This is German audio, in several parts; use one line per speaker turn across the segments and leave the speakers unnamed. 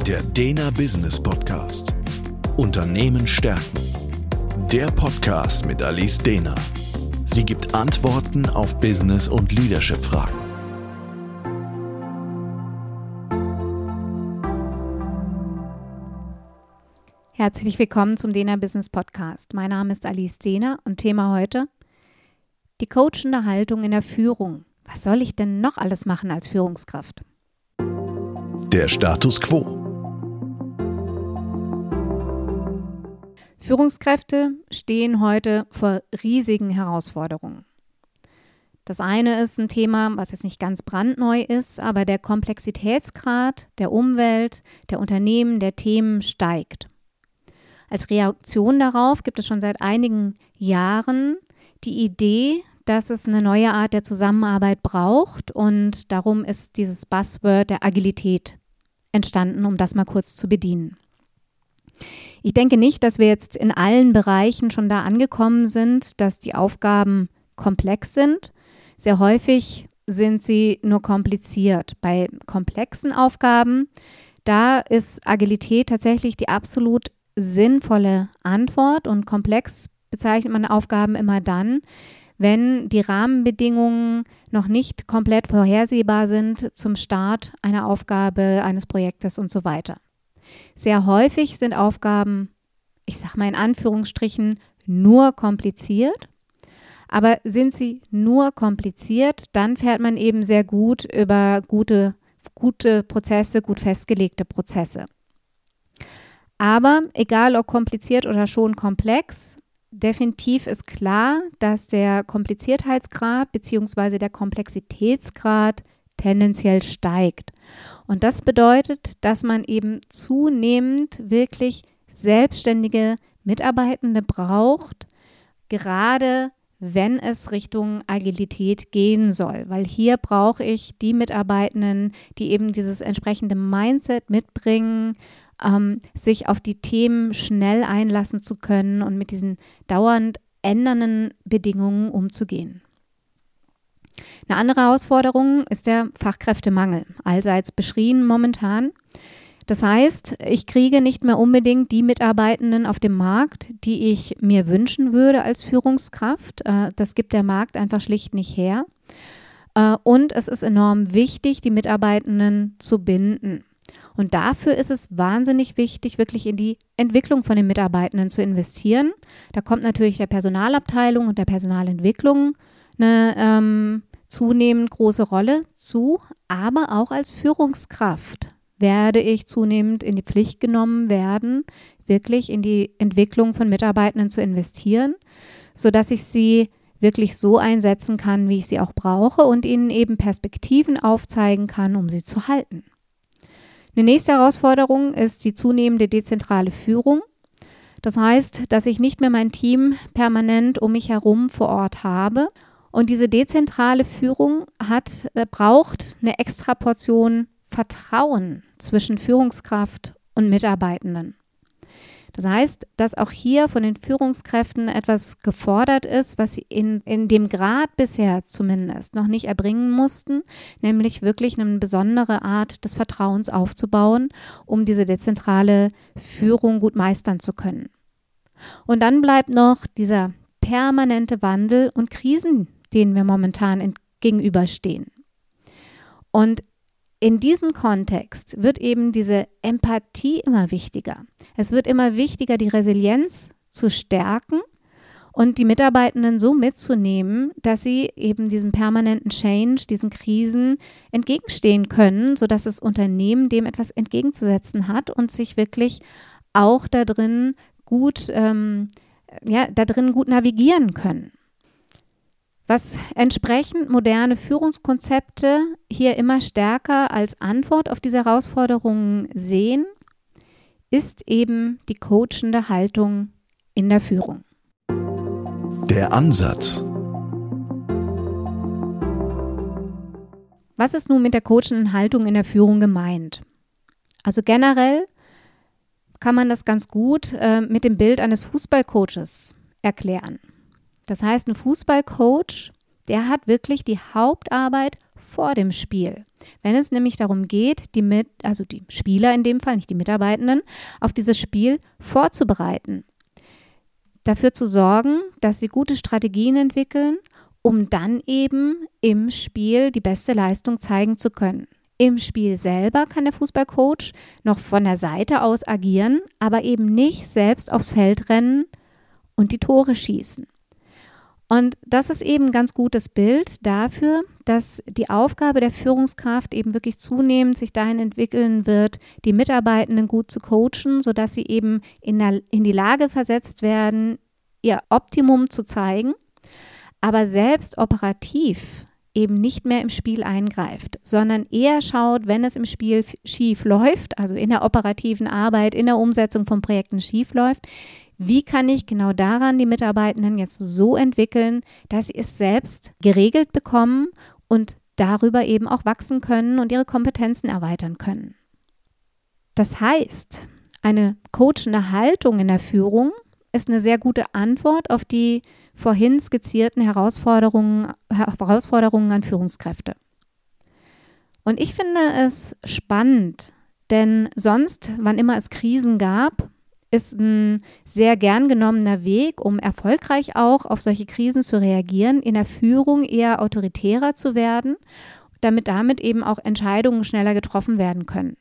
Der Dena Business Podcast. Unternehmen stärken. Der Podcast mit Alice Dena. Sie gibt Antworten auf Business- und Leadership-Fragen.
Herzlich willkommen zum Dena Business Podcast. Mein Name ist Alice Dena und Thema heute: die coachende Haltung in der Führung. Was soll ich denn noch alles machen als Führungskraft?
Der Status quo.
Führungskräfte stehen heute vor riesigen Herausforderungen. Das eine ist ein Thema, was jetzt nicht ganz brandneu ist, aber der Komplexitätsgrad der Umwelt, der Unternehmen, der Themen steigt. Als Reaktion darauf gibt es schon seit einigen Jahren die Idee, dass es eine neue Art der Zusammenarbeit braucht, und darum ist dieses Buzzword der Agilität entstanden, um das mal kurz zu bedienen. Ich denke nicht, dass wir jetzt in allen Bereichen schon da angekommen sind, dass die Aufgaben komplex sind. Sehr häufig sind sie nur kompliziert. Bei komplexen Aufgaben, da ist Agilität tatsächlich die absolut sinnvolle Antwort, und komplex bezeichnet man Aufgaben immer dann, wenn die Rahmenbedingungen noch nicht komplett vorhersehbar sind zum Start einer Aufgabe, eines Projektes und so weiter. Sehr häufig sind Aufgaben, ich sage mal in Anführungsstrichen, nur kompliziert. Aber sind sie nur kompliziert, dann fährt man eben sehr gut über gute Prozesse, gut festgelegte Prozesse. Aber egal ob kompliziert oder schon komplex, definitiv ist klar, dass der Kompliziertheitsgrad bzw. der Komplexitätsgrad tendenziell steigt. Und das bedeutet, dass man eben zunehmend wirklich selbstständige Mitarbeitende braucht, gerade wenn es Richtung Agilität gehen soll. Weil hier brauche ich die Mitarbeitenden, die eben dieses entsprechende Mindset mitbringen, sich auf die Themen schnell einlassen zu können und mit diesen dauernd ändernden Bedingungen umzugehen. Eine andere Herausforderung ist der Fachkräftemangel, allseits beschrien momentan. Das heißt, ich kriege nicht mehr unbedingt die Mitarbeitenden auf dem Markt, die ich mir wünschen würde als Führungskraft. Das gibt der Markt einfach schlicht nicht her. Und es ist enorm wichtig, die Mitarbeitenden zu binden. Und dafür ist es wahnsinnig wichtig, wirklich in die Entwicklung von den Mitarbeitenden zu investieren. Da kommt natürlich der Personalabteilung und der Personalentwicklung eine zunehmend große Rolle zu, aber auch als Führungskraft werde ich zunehmend in die Pflicht genommen werden, wirklich in die Entwicklung von Mitarbeitenden zu investieren, sodass ich sie wirklich so einsetzen kann, wie ich sie auch brauche, und ihnen eben Perspektiven aufzeigen kann, um sie zu halten. Eine nächste Herausforderung ist die zunehmende dezentrale Führung. Das heißt, dass ich nicht mehr mein Team permanent um mich herum vor Ort habe. Und diese dezentrale Führung braucht eine extra Portion Vertrauen zwischen Führungskraft und Mitarbeitenden. Das heißt, dass auch hier von den Führungskräften etwas gefordert ist, was sie in dem Grad bisher zumindest noch nicht erbringen mussten, nämlich wirklich eine besondere Art des Vertrauens aufzubauen, um diese dezentrale Führung gut meistern zu können. Und dann bleibt noch dieser permanente Wandel und Krisen, denen wir momentan gegenüberstehen. Und in diesem Kontext wird eben diese Empathie immer wichtiger. Es wird immer wichtiger, die Resilienz zu stärken und die Mitarbeitenden so mitzunehmen, dass sie eben diesem permanenten Change, diesen Krisen entgegenstehen können, sodass das Unternehmen dem etwas entgegenzusetzen hat und sich wirklich auch da drin gut navigieren können. Was entsprechend moderne Führungskonzepte hier immer stärker als Antwort auf diese Herausforderungen sehen, ist eben die coachende Haltung in der Führung.
Der Ansatz.
Was ist nun mit der coachenden Haltung in der Führung gemeint? Also generell kann man das ganz gut mit dem Bild eines Fußballcoaches erklären. Das heißt, ein Fußballcoach, der hat wirklich die Hauptarbeit vor dem Spiel. wenn es nämlich darum geht, die Spieler in dem Fall, nicht die Mitarbeitenden, auf dieses Spiel vorzubereiten. Dafür zu sorgen, dass sie gute Strategien entwickeln, um dann eben im Spiel die beste Leistung zeigen zu können. Im Spiel selber kann der Fußballcoach noch von der Seite aus agieren, aber eben nicht selbst aufs Feld rennen und die Tore schießen. Und das ist eben ein ganz gutes Bild dafür, dass die Aufgabe der Führungskraft eben wirklich zunehmend sich dahin entwickeln wird, die Mitarbeitenden gut zu coachen, sodass sie eben in die Lage versetzt werden, ihr Optimum zu zeigen, aber selbst operativ eben nicht mehr im Spiel eingreift, sondern eher schaut, wenn es im Spiel schief läuft, also in der operativen Arbeit, in der Umsetzung von Projekten schief läuft, wie kann ich genau daran die Mitarbeitenden jetzt so entwickeln, dass sie es selbst geregelt bekommen und darüber eben auch wachsen können und ihre Kompetenzen erweitern können. Das heißt, eine coachende Haltung in der Führung ist eine sehr gute Antwort auf die vorhin skizzierten Herausforderungen an Führungskräfte. Und ich finde es spannend, denn sonst, wann immer es Krisen gab, ist ein sehr gern genommener Weg, um erfolgreich auch auf solche Krisen zu reagieren, in der Führung eher autoritärer zu werden, damit eben auch Entscheidungen schneller getroffen werden können.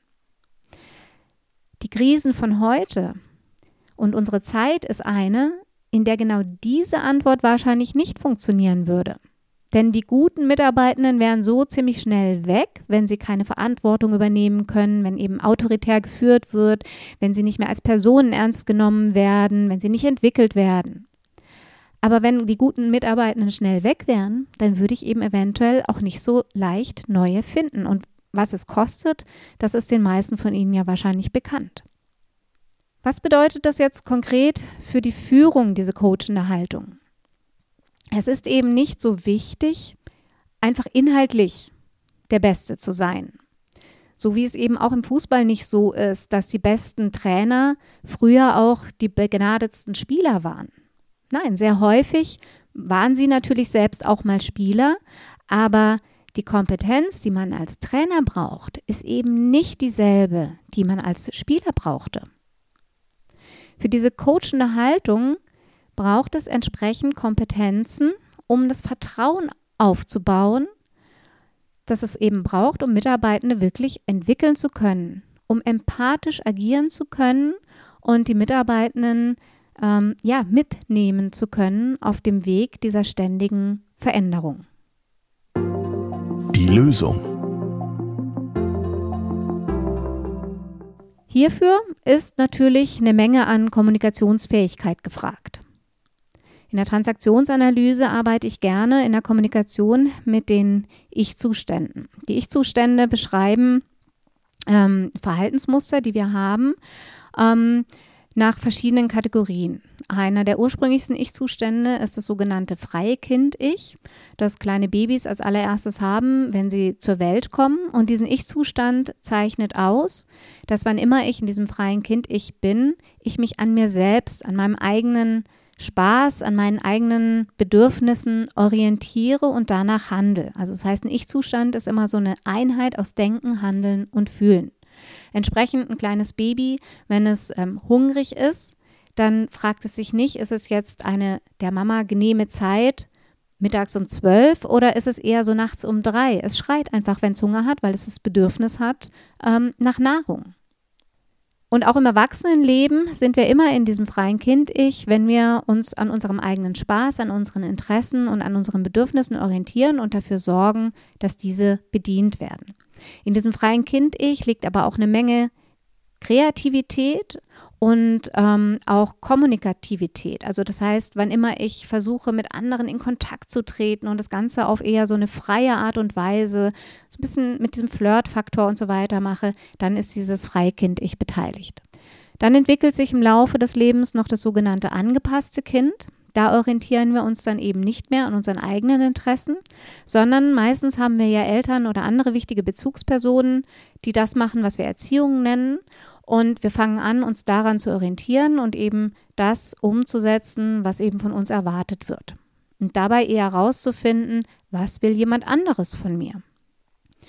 Die Krisen von heute und unsere Zeit ist eine, in der genau diese Antwort wahrscheinlich nicht funktionieren würde. Denn die guten Mitarbeitenden wären so ziemlich schnell weg, wenn sie keine Verantwortung übernehmen können, wenn eben autoritär geführt wird, wenn sie nicht mehr als Personen ernst genommen werden, wenn sie nicht entwickelt werden. Aber wenn die guten Mitarbeitenden schnell weg wären, dann würde ich eben eventuell auch nicht so leicht neue finden. Und was es kostet, das ist den meisten von Ihnen ja wahrscheinlich bekannt. Was bedeutet das jetzt konkret für die Führung, diese coachende Haltung? Es ist eben nicht so wichtig, einfach inhaltlich der Beste zu sein. So wie es eben auch im Fußball nicht so ist, dass die besten Trainer früher auch die begnadetsten Spieler waren. Nein, sehr häufig waren sie natürlich selbst auch mal Spieler, aber die Kompetenz, die man als Trainer braucht, ist eben nicht dieselbe, die man als Spieler brauchte. Für diese coachende Haltung braucht es entsprechend Kompetenzen, um das Vertrauen aufzubauen, das es eben braucht, um Mitarbeitende wirklich entwickeln zu können, um empathisch agieren zu können und die Mitarbeitenden mitnehmen zu können auf dem Weg dieser ständigen Veränderung.
Die Lösung.
Hierfür ist natürlich eine Menge an Kommunikationsfähigkeit gefragt. In der Transaktionsanalyse arbeite ich gerne in der Kommunikation mit den Ich-Zuständen. Die Ich-Zustände beschreiben Verhaltensmuster, die wir haben, nach verschiedenen Kategorien. Einer der ursprünglichsten Ich-Zustände ist das sogenannte freie Kind-Ich, das kleine Babys als allererstes haben, wenn sie zur Welt kommen. Und diesen Ich-Zustand zeichnet aus, dass wann immer ich in diesem freien Kind-Ich bin, ich mich an mir selbst, an meinem eigenen Spaß, an meinen eigenen Bedürfnissen orientiere und danach handle. Also das heißt, ein Ich-Zustand ist immer so eine Einheit aus Denken, Handeln und Fühlen. Entsprechend ein kleines Baby, wenn es hungrig ist, dann fragt es sich nicht, ist es jetzt eine der Mama genehme Zeit, mittags um 12 oder ist es eher so nachts um 3? Es schreit einfach, wenn es Hunger hat, weil es das Bedürfnis hat nach Nahrung. Und auch im Erwachsenenleben sind wir immer in diesem freien Kind-Ich, wenn wir uns an unserem eigenen Spaß, an unseren Interessen und an unseren Bedürfnissen orientieren und dafür sorgen, dass diese bedient werden. In diesem freien Kind-Ich liegt aber auch eine Menge Kreativität und auch Kommunikativität. Also das heißt, wann immer ich versuche, mit anderen in Kontakt zu treten und das Ganze auf eher so eine freie Art und Weise, so ein bisschen mit diesem Flirt-Faktor und so weiter mache, dann ist dieses freie Kind-Ich beteiligt. Dann entwickelt sich im Laufe des Lebens noch das sogenannte angepasste Kind. Da orientieren wir uns dann eben nicht mehr an unseren eigenen Interessen, sondern meistens haben wir ja Eltern oder andere wichtige Bezugspersonen, die das machen, was wir Erziehung nennen. Und wir fangen an, uns daran zu orientieren und eben das umzusetzen, was eben von uns erwartet wird. Und dabei eher herauszufinden, was will jemand anderes von mir.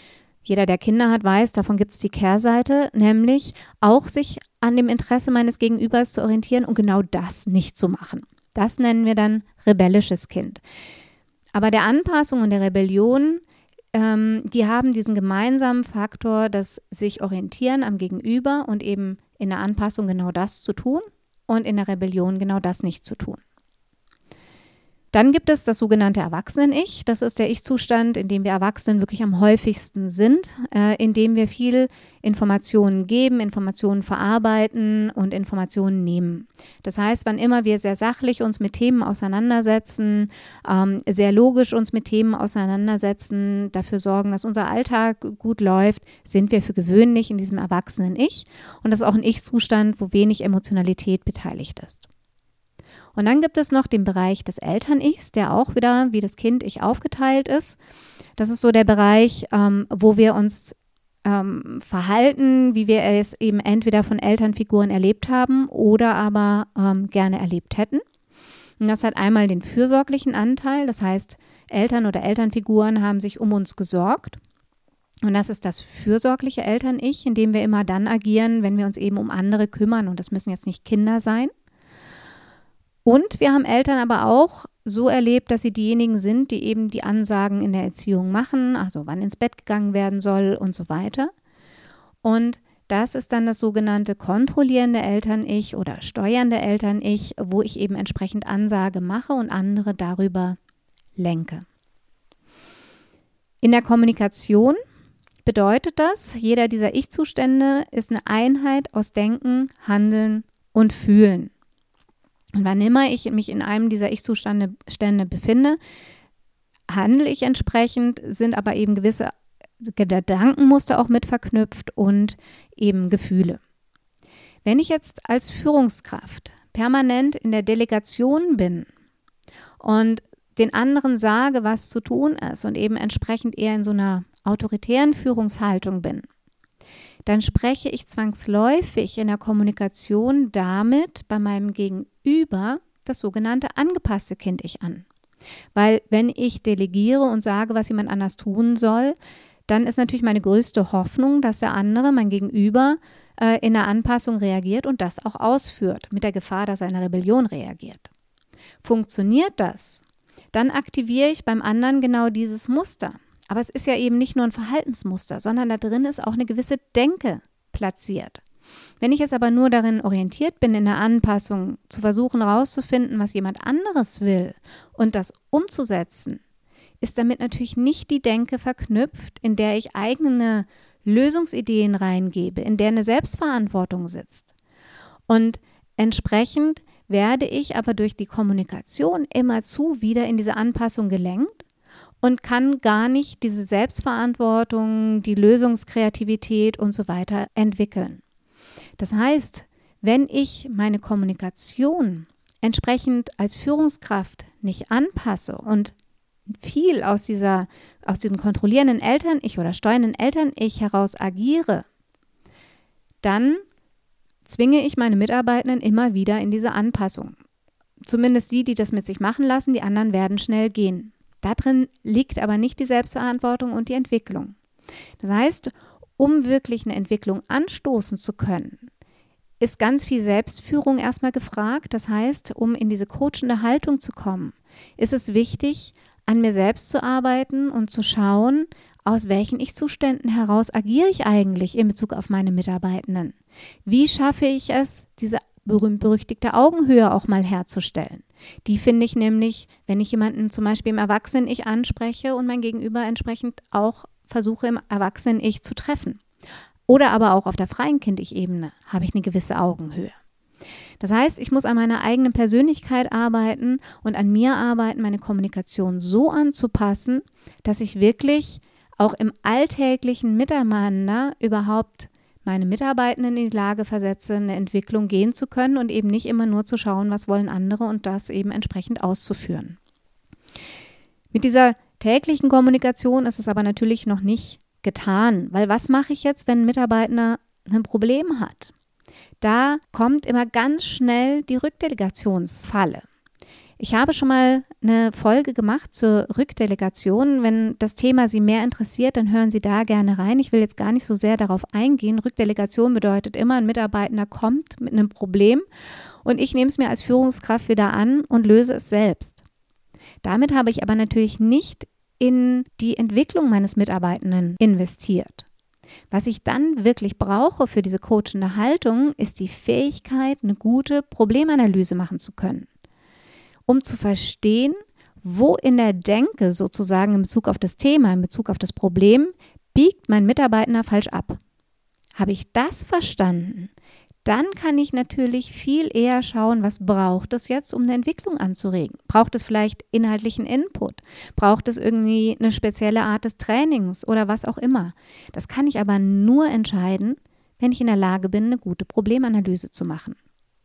Jeder, der Kinder hat, weiß, davon gibt es die Kehrseite, nämlich auch sich an dem Interesse meines Gegenübers zu orientieren und genau das nicht zu machen. Das nennen wir dann rebellisches Kind. Aber der Anpassung und der Rebellion, die haben diesen gemeinsamen Faktor, das sich orientieren am Gegenüber und eben in der Anpassung genau das zu tun und in der Rebellion genau das nicht zu tun. Dann gibt es das sogenannte Erwachsenen-Ich. Das ist der Ich-Zustand, in dem wir Erwachsenen wirklich am häufigsten sind, in dem wir viel Informationen geben, Informationen verarbeiten und Informationen nehmen. Das heißt, wann immer wir sehr sachlich uns mit Themen auseinandersetzen, sehr logisch uns mit Themen auseinandersetzen, dafür sorgen, dass unser Alltag gut läuft, sind wir für gewöhnlich in diesem Erwachsenen-Ich. Und das ist auch ein Ich-Zustand, wo wenig Emotionalität beteiligt ist. Und dann gibt es noch den Bereich des Eltern-Ichs, der auch wieder wie das Kind-Ich aufgeteilt ist. Das ist so der Bereich, wo wir uns verhalten, wie wir es eben entweder von Elternfiguren erlebt haben oder aber gerne erlebt hätten. Und das hat einmal den fürsorglichen Anteil, das heißt, Eltern oder Elternfiguren haben sich um uns gesorgt. Und das ist das fürsorgliche Eltern-Ich, in dem wir immer dann agieren, wenn wir uns eben um andere kümmern. Und das müssen jetzt nicht Kinder sein. Und wir haben Eltern aber auch so erlebt, dass sie diejenigen sind, die eben die Ansagen in der Erziehung machen, also wann ins Bett gegangen werden soll und so weiter. Und das ist dann das sogenannte kontrollierende Eltern-Ich oder steuernde Eltern-Ich, wo ich eben entsprechend Ansage mache und andere darüber lenke. In der Kommunikation bedeutet das, jeder dieser Ich-Zustände ist eine Einheit aus Denken, Handeln und Fühlen. Und wann immer ich mich in einem dieser Ich-Zustände befinde, handle ich entsprechend, sind aber eben gewisse Gedankenmuster auch mit verknüpft und eben Gefühle. Wenn ich jetzt als Führungskraft permanent in der Delegation bin und den anderen sage, was zu tun ist und eben entsprechend eher in so einer autoritären Führungshaltung bin, dann spreche ich zwangsläufig in der Kommunikation damit bei meinem Gegenüber das sogenannte angepasste Kind-Ich an. Weil wenn ich delegiere und sage, was jemand anders tun soll, dann ist natürlich meine größte Hoffnung, dass der andere, mein Gegenüber, in der Anpassung reagiert und das auch ausführt, mit der Gefahr, dass er in einer Rebellion reagiert. Funktioniert das, dann aktiviere ich beim anderen genau dieses Muster. Aber es ist ja eben nicht nur ein Verhaltensmuster, sondern da drin ist auch eine gewisse Denke platziert. Wenn ich jetzt aber nur darin orientiert bin, in der Anpassung zu versuchen herauszufinden, was jemand anderes will und das umzusetzen, ist damit natürlich nicht die Denke verknüpft, in der ich eigene Lösungsideen reingebe, in der eine Selbstverantwortung sitzt. Und entsprechend werde ich aber durch die Kommunikation immerzu wieder in diese Anpassung gelenkt und kann gar nicht diese Selbstverantwortung, die Lösungskreativität und so weiter entwickeln. Das heißt, wenn ich meine Kommunikation entsprechend als Führungskraft nicht anpasse und viel aus diesem kontrollierenden Eltern-Ich oder steuernden Eltern-Ich heraus agiere, dann zwinge ich meine Mitarbeitenden immer wieder in diese Anpassung. Zumindest die das mit sich machen lassen, die anderen werden schnell gehen. Darin liegt aber nicht die Selbstverantwortung und die Entwicklung. Das heißt, um wirklich eine Entwicklung anstoßen zu können, ist ganz viel Selbstführung erstmal gefragt. Das heißt, um in diese coachende Haltung zu kommen, ist es wichtig, an mir selbst zu arbeiten und zu schauen, aus welchen Ich-Zuständen heraus agiere ich eigentlich in Bezug auf meine Mitarbeitenden. Wie schaffe ich es, diese berühmt-berüchtigte Augenhöhe auch mal herzustellen? Die finde ich nämlich, wenn ich jemanden zum Beispiel im Erwachsenen-Ich anspreche und mein Gegenüber entsprechend auch versuche, im Erwachsenen-Ich zu treffen. Oder aber auch auf der freien Kind-Ich-Ebene habe ich eine gewisse Augenhöhe. Das heißt, ich muss an meiner eigenen Persönlichkeit arbeiten und an mir arbeiten, meine Kommunikation so anzupassen, dass ich wirklich auch im alltäglichen Miteinander überhaupt meine Mitarbeitenden in die Lage versetze, eine Entwicklung gehen zu können und eben nicht immer nur zu schauen, was wollen andere und das eben entsprechend auszuführen. Mit dieser täglichen Kommunikation ist es aber natürlich noch nicht getan, weil was mache ich jetzt, wenn ein Mitarbeiter ein Problem hat? Da kommt immer ganz schnell die Rückdelegationsfalle. Ich habe schon mal eine Folge gemacht zur Rückdelegation. Wenn das Thema Sie mehr interessiert, dann hören Sie da gerne rein. Ich will jetzt gar nicht so sehr darauf eingehen. Rückdelegation bedeutet immer, ein Mitarbeitender kommt mit einem Problem und ich nehme es mir als Führungskraft wieder an und löse es selbst. Damit habe ich aber natürlich nicht in die Entwicklung meines Mitarbeitenden investiert. Was ich dann wirklich brauche für diese coachende Haltung, ist die Fähigkeit, eine gute Problemanalyse machen zu können. Um zu verstehen, wo in der Denke sozusagen in Bezug auf das Thema, in Bezug auf das Problem, biegt mein Mitarbeitender falsch ab. Habe ich das verstanden, dann kann ich natürlich viel eher schauen, was braucht es jetzt, um eine Entwicklung anzuregen. Braucht es vielleicht inhaltlichen Input? Braucht es irgendwie eine spezielle Art des Trainings oder was auch immer? Das kann ich aber nur entscheiden, wenn ich in der Lage bin, eine gute Problemanalyse zu machen.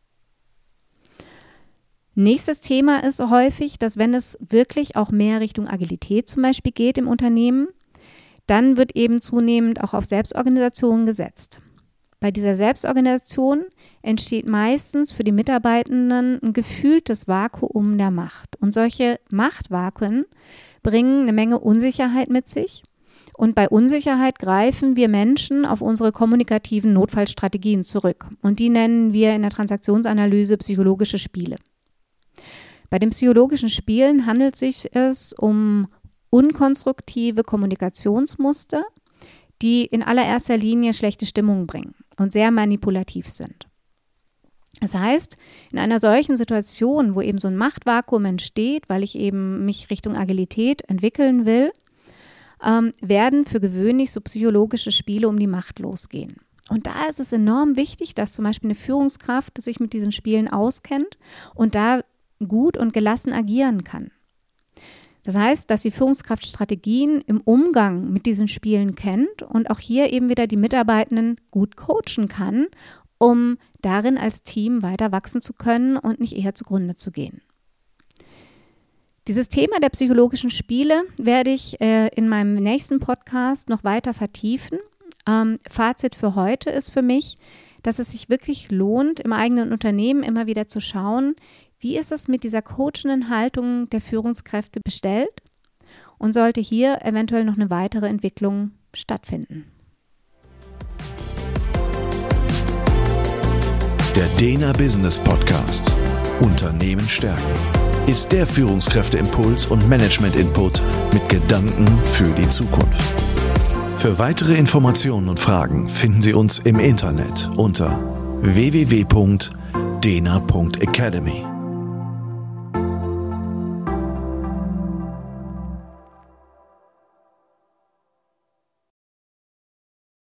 Nächstes Thema ist häufig, dass wenn es wirklich auch mehr Richtung Agilität zum Beispiel geht im Unternehmen, dann wird eben zunehmend auch auf Selbstorganisation gesetzt. Bei dieser Selbstorganisation entsteht meistens für die Mitarbeitenden ein gefühltes Vakuum der Macht. Und solche Machtvakuen bringen eine Menge Unsicherheit mit sich. Und bei Unsicherheit greifen wir Menschen auf unsere kommunikativen Notfallstrategien zurück. Und die nennen wir in der Transaktionsanalyse psychologische Spiele. Bei den psychologischen Spielen handelt es sich um unkonstruktive Kommunikationsmuster, die in allererster Linie schlechte Stimmung bringen und sehr manipulativ sind. Das heißt, in einer solchen Situation, wo eben so ein Machtvakuum entsteht, weil ich eben mich Richtung Agilität entwickeln will, werden für gewöhnlich so psychologische Spiele um die Macht losgehen. Und da ist es enorm wichtig, dass zum Beispiel eine Führungskraft sich mit diesen Spielen auskennt und da gut und gelassen agieren kann. Das heißt, dass die Führungskraft Strategien im Umgang mit diesen Spielen kennt und auch hier eben wieder die Mitarbeitenden gut coachen kann, um darin als Team weiter wachsen zu können und nicht eher zugrunde zu gehen. Dieses Thema der psychologischen Spiele werde ich in meinem nächsten Podcast noch weiter vertiefen. Fazit für heute ist für mich, dass es sich wirklich lohnt, im eigenen Unternehmen immer wieder zu schauen, wie ist es mit dieser coachenden Haltung der Führungskräfte bestellt und sollte hier eventuell noch eine weitere Entwicklung stattfinden.
Der Dena Business Podcast Unternehmen stärken ist der Führungskräfteimpuls und Management-Input mit Gedanken für die Zukunft. Für weitere Informationen und Fragen finden Sie uns im Internet unter www.dena.academy.